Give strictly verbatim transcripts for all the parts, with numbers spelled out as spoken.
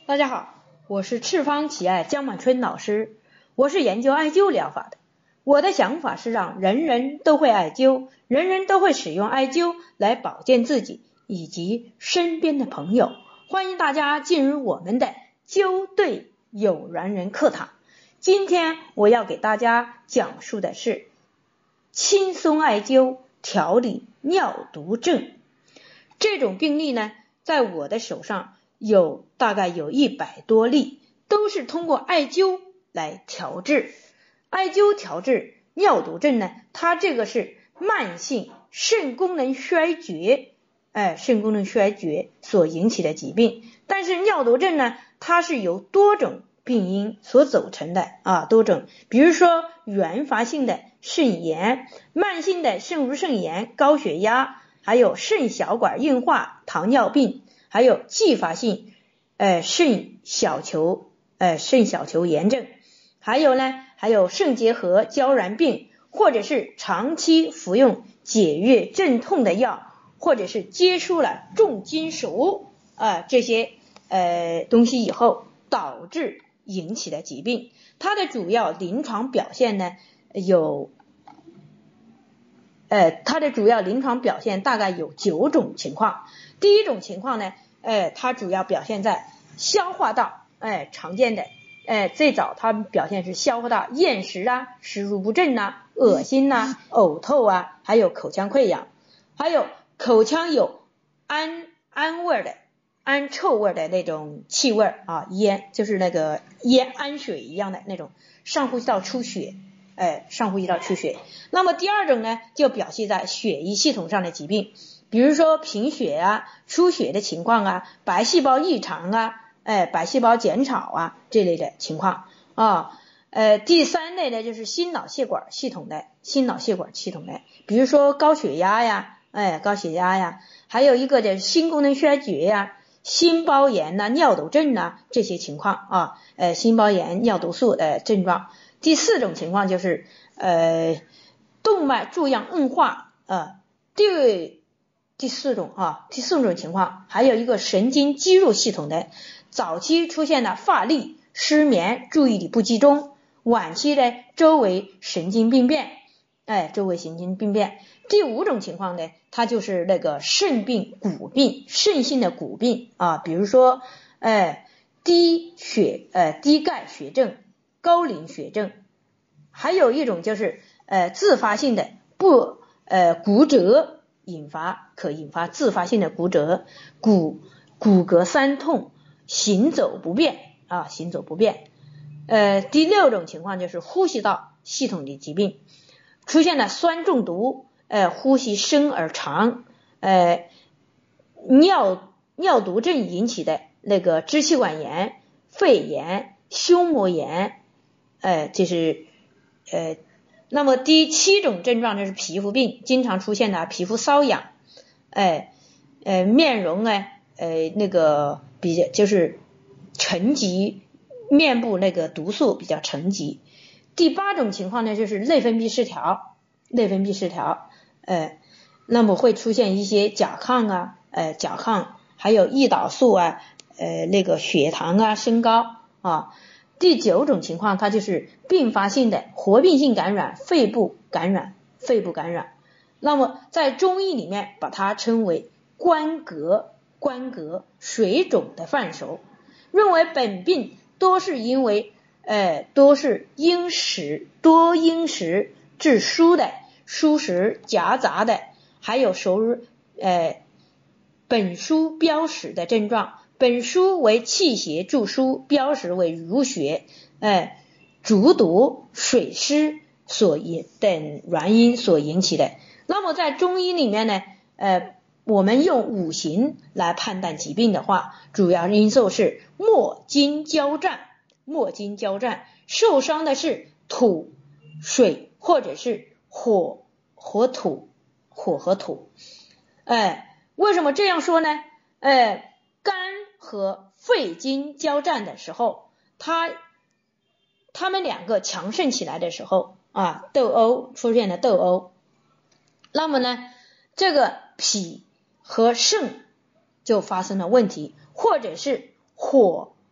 大家好，我是赤方奇艾江满春老师，我是研究艾灸疗法的。我的想法是让人人都会艾灸，人人都会使用艾灸来保健自己以及身边的朋友。欢迎大家进入我们的灸对有缘人课堂。今天我要给大家讲述的是轻松艾灸调理尿毒症。这种病例呢，在我的手上有大概有一百多例，都是通过艾灸来调治。艾灸调治尿毒症呢，它这个是慢性肾功能衰竭，哎，肾功能衰竭所引起的疾病。但是尿毒症呢，它是由多种病因所组成的啊，多种，比如说原发性的肾炎、慢性的肾盂肾炎、高血压，还有肾小管硬化、糖尿病，还有继发性呃肾小球呃肾小球炎症，还有呢还有肾结核、胶原病，或者是长期服用解郁镇痛的药，或者是接触了重金属啊、呃、这些呃东西以后导致引起的疾病。它的主要临床表现呢有呃，它的主要临床表现大概有九种情况。第一种情况呢，呃，它主要表现在消化道，哎、呃，常见的，呃，最早它表现是消化道厌食啊、食入不振啊、恶心呐、啊、呕吐啊，还有口腔溃疡，还有口腔有氨氨味的、氨臭味的那种气味啊，烟就是那个烟氨水一样的那种，上呼吸道出血。哎，上呼吸道出血。那么第二种呢，就表现在血液系统上的疾病，比如说贫血啊、出血的情况啊、白细胞异常啊、哎，白细胞减少啊这类的情况啊。呃，第三类呢，就是心脑血管系统的心脑血管系统的，比如说高血压呀，哎，高血压呀，还有一个就是心功能衰竭呀、心包炎呐、尿毒症呐这些情况啊，呃，心包炎、尿毒素的症状。第四种情况就是呃动脉粥样硬化呃第第四种啊第四种情况还有一个神经肌肉系统的，早期出现了乏力、失眠、注意力不集中，晚期的周围神经病变，哎，周围神经病变。第五种情况呢，它就是那个肾病、骨病，肾性的骨病啊，比如说哎低血呃低钙血症、高磷血症，还有一种就是呃自发性的不呃骨折引发可引发自发性的骨折、骨骨骼酸痛、行走不便啊行走不便。呃第六种情况就是呼吸道系统的疾病，出现了酸中毒、呃呼吸深而长、呃尿尿毒症引起的那个支气管炎、肺炎、胸膜炎。呃，这是呃，那么第七种症状就是皮肤病，经常出现的皮肤瘙痒，哎、呃，呃，面容呢，呃，那个比较就是沉积，面部那个毒素比较沉积。第八种情况呢，就是内分泌失调，内分泌失调，呃，那么会出现一些甲亢啊，呃，甲亢，还有胰岛素啊，呃，那个血糖啊升高啊。第九种情况，它就是并发性的活病性感染、肺部感染、肺部感染。那么在中医里面把它称为关膈关膈水肿的范畴，认为本病多是因为呃多是因食多因食致疏的疏食夹杂的，还有属呃本书标识的症状。本书为气血注疏，标识为濡血、哎、竹毒、水湿所引等原因所引起的。那么在中医里面呢，呃，我们用五行来判断疾病的话，主要因素是木金交战，木金交战，受伤的是土、水或者是火、火土、火和土。哎，为什么这样说呢？哎，肝和肺经交战的时候，它他们两个强盛起来的时候啊，斗殴出现了斗殴，那么呢，这个脾和肾就发生了问题，或者是火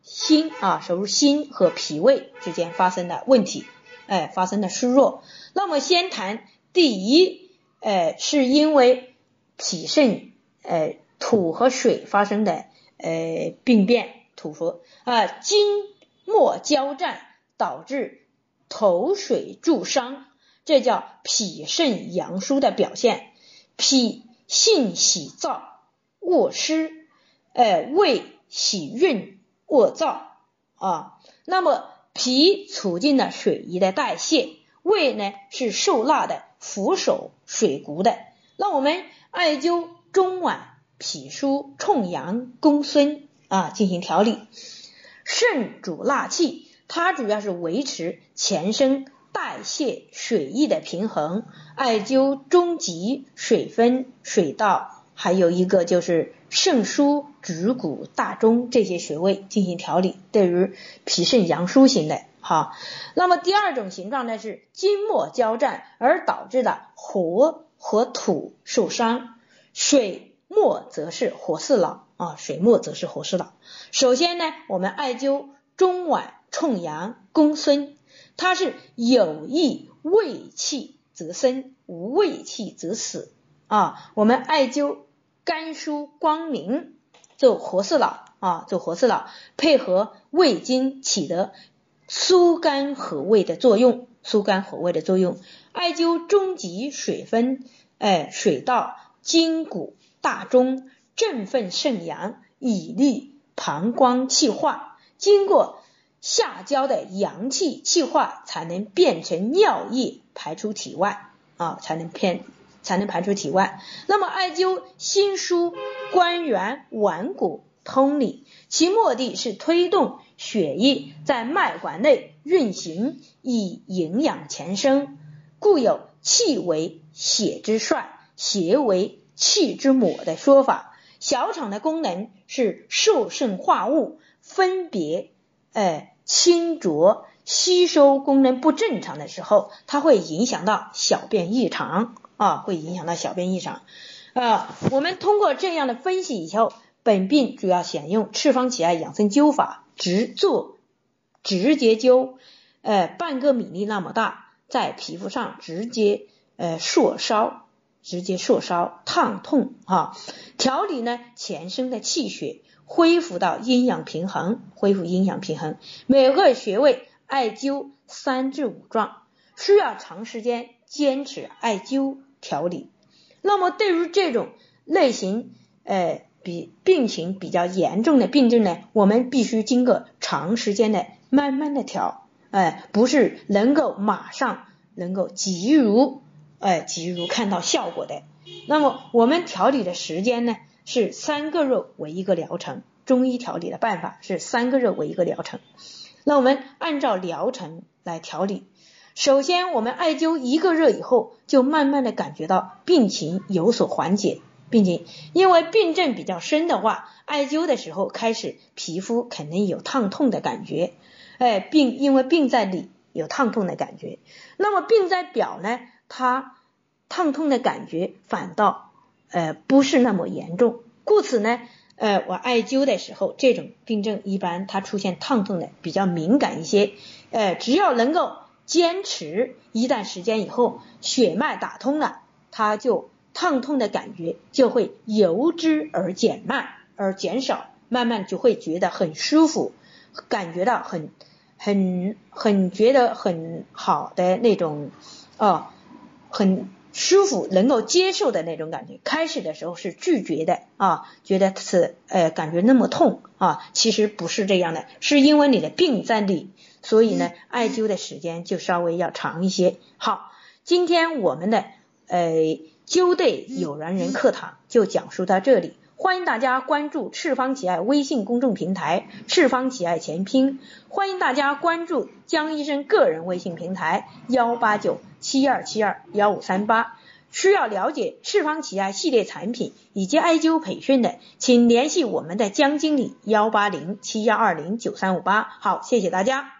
心啊，手术心和脾胃之间发生的问题，哎，发生的虚弱。那么先谈第一，呃，是因为脾肾呃土和水发生的呃病变，土和啊筋膜交战导致头水助伤，这叫脾肾阳虚的表现。脾性喜燥卧湿，呃胃喜润卧燥啊。那么脾促进了水液的代谢，胃呢是受纳的扶手水谷的。那我们艾灸中脘、脾腧、冲阳、公孙啊进行调理。肾主纳气，它主要是维持全身代谢水液的平衡，艾灸中极、水分、水道，还有一个就是肾腧、指骨、大钟这些穴位进行调理，对于脾肾阳虚型的哈。那么第二种形状呢是筋膜交战而导致的火和土受伤，水末则是火四老啊，水末则是火四老。首先呢，我们艾灸中脘、冲阳、公孙，它是有益胃气则生，无胃气则死啊。我们艾灸肝腧、光明，做活四老啊，做活四老，配合胃经起得疏肝和胃的作用，疏肝和胃的作用。艾灸中极、水分、哎水道、筋骨、大钟，振奋肾阳，以利膀胱气化。经过下焦的阳气气化，才能变成尿液排出体外啊，才能偏才能排出体外。那么艾灸心腧、关元、脘骨、通里，其目的是推动血液在脉管内运行，以营养全身，故有气为血之帅，血为气之母的说法。小肠的功能是受肾化物，分别呃清浊，吸收功能不正常的时候，它会影响到小便异常啊，会影响到小便异常啊。我们通过这样的分析以后，本病主要选用赤方奇艾养生灸法，直做直接灸，呃半个米粒那么大，在皮肤上直接呃爍烧，直接爍烧烫痛啊，调理呢全身的气血，恢复到阴阳平衡，恢复阴阳平衡。每个穴位艾灸三至五壮，需要长时间坚持艾灸调理。那么对于这种类型呃比病情比较严重的病症呢，我们必须经过长时间的慢慢的调，哎，不是能够马上能够急如哎急如看到效果的。那么我们调理的时间呢是三个热为一个疗程，中医调理的办法是三个热为一个疗程。那我们按照疗程来调理。首先我们艾灸一个热以后，就慢慢的感觉到病情有所缓解。病情因为病症比较深的话，艾灸的时候开始皮肤肯定有烫痛的感觉，哎，病因为病在里有烫痛的感觉。那么病在表呢，它烫痛的感觉反倒呃不是那么严重，故此呢呃我艾灸的时候，这种病症一般它出现烫痛的比较敏感一些，呃只要能够坚持一段时间以后，血脉打通了，它就烫痛的感觉就会由之而减慢而减少，慢慢就会觉得很舒服，感觉到很很很觉得很好的那种哦，很舒服能够接受的那种感觉。开始的时候是拒绝的啊，觉得是呃感觉那么痛啊，其实不是这样的，是因为你的病在里，所以呢艾灸的时间就稍微要长一些。好，今天我们的呃灸对有缘人课堂就讲述到这里，欢迎大家关注赤方奇艾微信公众平台，赤方奇艾全拼，欢迎大家关注江医生个人微信平台幺八九七二七二一五三八。需要了解赤方奇艾系列产品以及艾灸培训的，请联系我们的江经理幺八零七幺二零九三五八。好，谢谢大家。